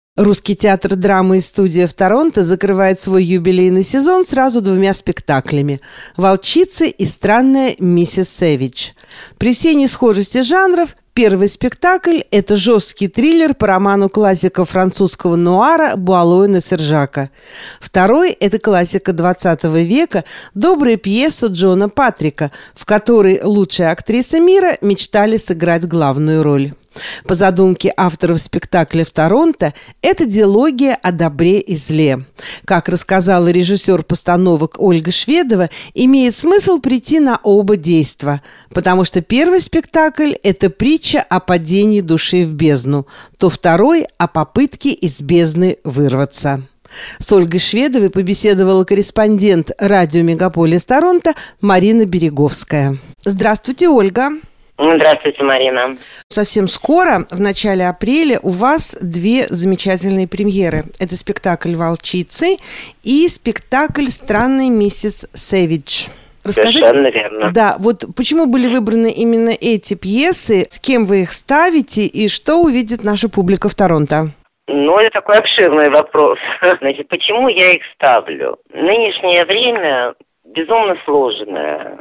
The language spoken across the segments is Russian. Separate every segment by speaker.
Speaker 1: Русский театр драмы и студия в Торонто закрывает свой юбилейный сезон сразу двумя спектаклями «Волчицы» и «Странная миссис Сэвидж». При всей несхожести жанров, первый спектакль – это жесткий триллер по роману классика французского нуара Буалуэна Сержака. Второй – это классика XX века, добрая пьеса Джона Патрика, в которой лучшие актрисы мира мечтали сыграть главную роль. По задумке авторов спектакля в Торонто, это диалогия о добре и зле. Как рассказала режиссер постановок Ольга Шведова, имеет смысл прийти на оба действа, потому что первый спектакль – это притча о падении души в бездну, то второй – о попытке из бездны вырваться. С Ольгой Шведовой побеседовала корреспондент радио «Мегаполис Торонто» Марина Береговская. Здравствуйте, Ольга.
Speaker 2: Здравствуйте, Марина.
Speaker 1: Совсем скоро, в начале апреля, у вас две замечательные премьеры. Это спектакль «Волчицы» и спектакль «Странная миссис Сэвидж». Расскажите,
Speaker 2: совершенно верно.
Speaker 1: Да, вот почему были выбраны именно эти пьесы, с кем вы их ставите и что увидит наша публика в Торонто?
Speaker 2: Это такой обширный вопрос. Значит, почему я их ставлю? Нынешнее время безумно сложное,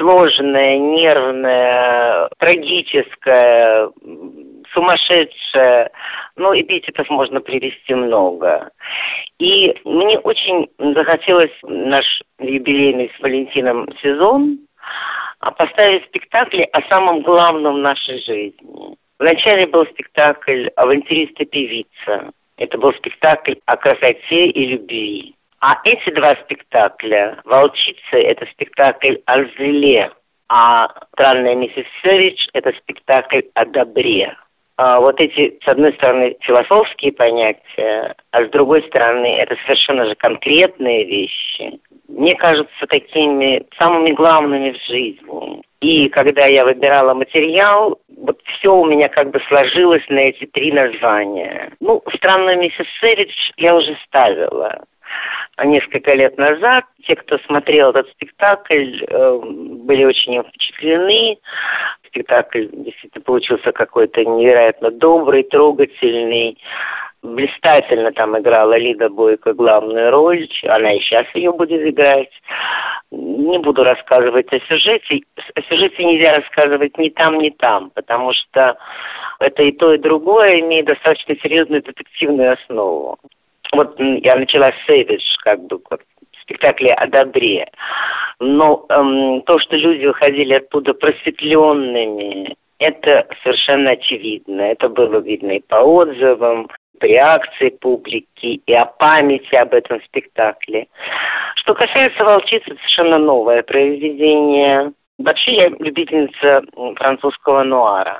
Speaker 2: нервное, трагическое, сумасшедшее. Эпитетов можно привести много. И мне очень захотелось наш юбилейный с Валентином сезон поставить спектакли о самом главном в нашей жизни. Вначале был спектакль «Авантюрист и певица». Это был спектакль о красоте и любви. А эти два спектакля «Волчицы» – это спектакль о зле, а «Странная миссис Сэвидж» – это спектакль о добре. Вот эти, с одной стороны, философские понятия, а с другой стороны, это совершенно же конкретные вещи. Мне кажутся такими самыми главными в жизни. И когда я выбирала материал, вот все у меня как бы сложилось на эти три названия. «Странную миссис Сэвидж» я уже ставила несколько лет назад. Те, кто смотрел этот спектакль, были очень впечатлены. Спектакль действительно получился какой-то невероятно добрый, трогательный. Блистательно там играла Лида Бойко главную роль. Она и сейчас ее будет играть. Не буду рассказывать о сюжете. О сюжете нельзя рассказывать ни там, ни там, потому что это и то, и другое имеет достаточно серьезную детективную основу. Вот я начала с «Сэвидж», как спектакли о добре. Но то, что люди выходили оттуда просветленными, это совершенно очевидно. Это было видно и по отзывам, по реакции публики, и о памяти об этом спектакле. Что касается «Волчицы», это совершенно новое произведение. Вообще я любительница французского нуара.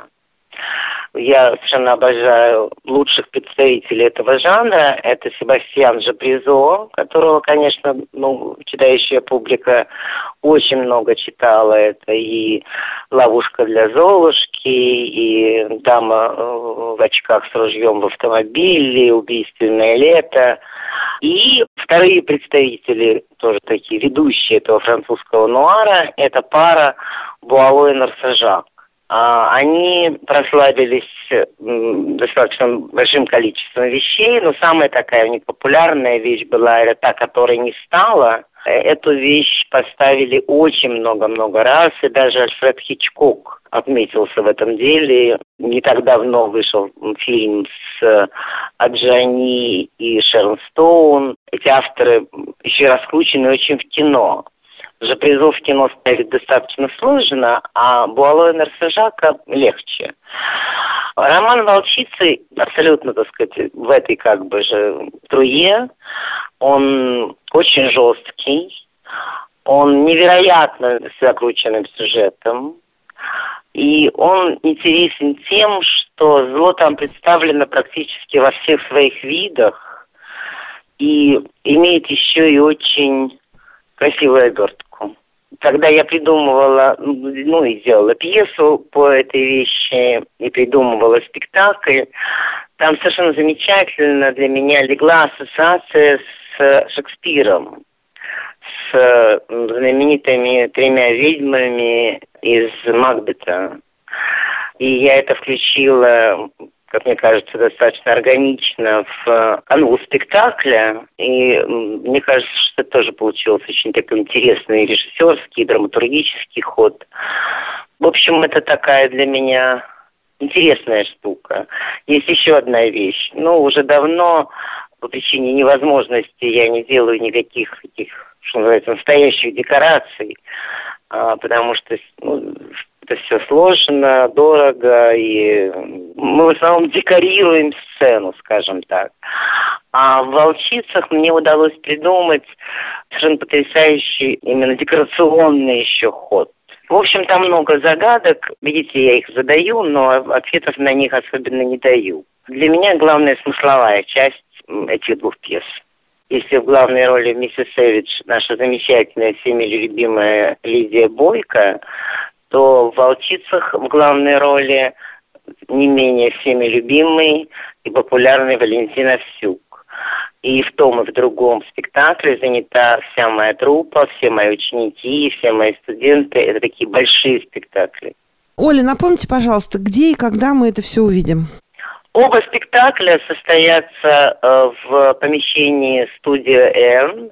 Speaker 2: Я совершенно обожаю лучших представителей этого жанра. Это Себастьян Жабризо, которого, конечно, читающая публика очень много читала. Это и «Ловушка для Золушки», и «Дама в очках с ружьем в автомобиле», «Убийственное лето». И вторые представители, тоже такие ведущие этого французского нуара, это пара Буалуэн-Сержак. Они прославились достаточно большим количеством вещей, но самая такая у них популярная вещь была, это та, которой не стала. Эту вещь поставили очень много-много раз, и даже Альфред Хичкок отметился в этом деле. Не так давно вышел фильм с Аджани и Шерон Стоун. Эти авторы еще раскручены очень в кино. Жабризо в кино ставить достаточно сложно, а Буалуэна-Сержака легче. Роман «Волчицы» абсолютно, в этой струе. Он очень жесткий, он невероятно закрученным сюжетом, и он интересен тем, что зло там представлено практически во всех своих видах и имеет еще и очень красивую обертку. Когда я придумывала, и делала пьесу по этой вещи, и придумывала спектакль, там совершенно замечательно для меня легла ассоциация с Шекспиром, с знаменитыми 3 ведьмами из Макбета. И я это включила как мне кажется, достаточно органично в канву спектакля. И мне кажется, что это тоже получился очень такой интересный режиссерский, драматургический ход. В общем, это такая для меня интересная штука. Есть еще одна вещь. Уже давно по причине невозможности я не делаю никаких таких, что называется, настоящих декораций, потому что это все сложно, дорого, и мы в основном декорируем сцену, скажем так. А в «Волчицах» мне удалось придумать совершенно потрясающий именно декорационный еще ход. В общем, там много загадок. Видите, я их задаю, но ответов на них особенно не даю. Для меня главная смысловая часть этих двух пьес. Если в главной роли миссис Сэвидж наша замечательная, всеми любимая Лидия Бойко, то в «Волчицах» в главной роли не менее всеми любимый и популярный Валентин Овсюк. И в том, и в другом спектакле занята вся моя труппа, все мои ученики, все мои студенты. Это такие большие спектакли.
Speaker 1: Оля, напомните, пожалуйста, где и когда мы это все увидим?
Speaker 2: Оба спектакля состоятся в помещении «Студия Н».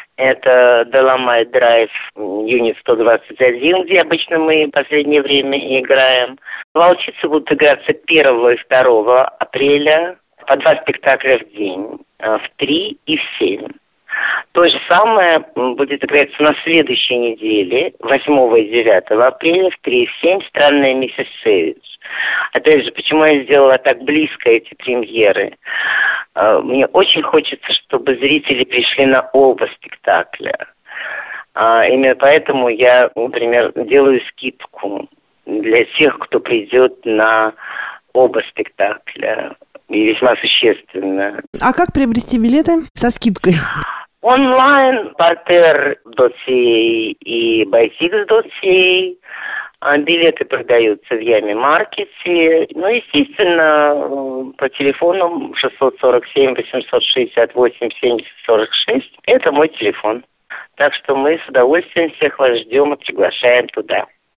Speaker 2: Это Доломайт Драйв, юнит 121, где обычно мы в последнее время играем. «Волчицы» будут играться 1 и 2 апреля, по 2 спектакля в день, в 3 и в 7. То же самое будет играться на следующей неделе, 8 и 9 апреля, в 3 и в 7, «Странная миссис Сэвидж». Опять же, почему я сделала так близко эти премьеры? Мне очень хочется, чтобы зрители пришли на оба спектакля. Именно поэтому я, например, делаю скидку для тех, кто придет на оба спектакля. И весьма существенно.
Speaker 1: А как приобрести билеты со скидкой?
Speaker 2: Онлайн, parterre.ca и bytix.ca. Билеты продаются в Яме-маркете. Естественно, по телефону 647-868-7046. Это мой телефон. Так что мы с удовольствием всех вас ждем и приглашаем туда.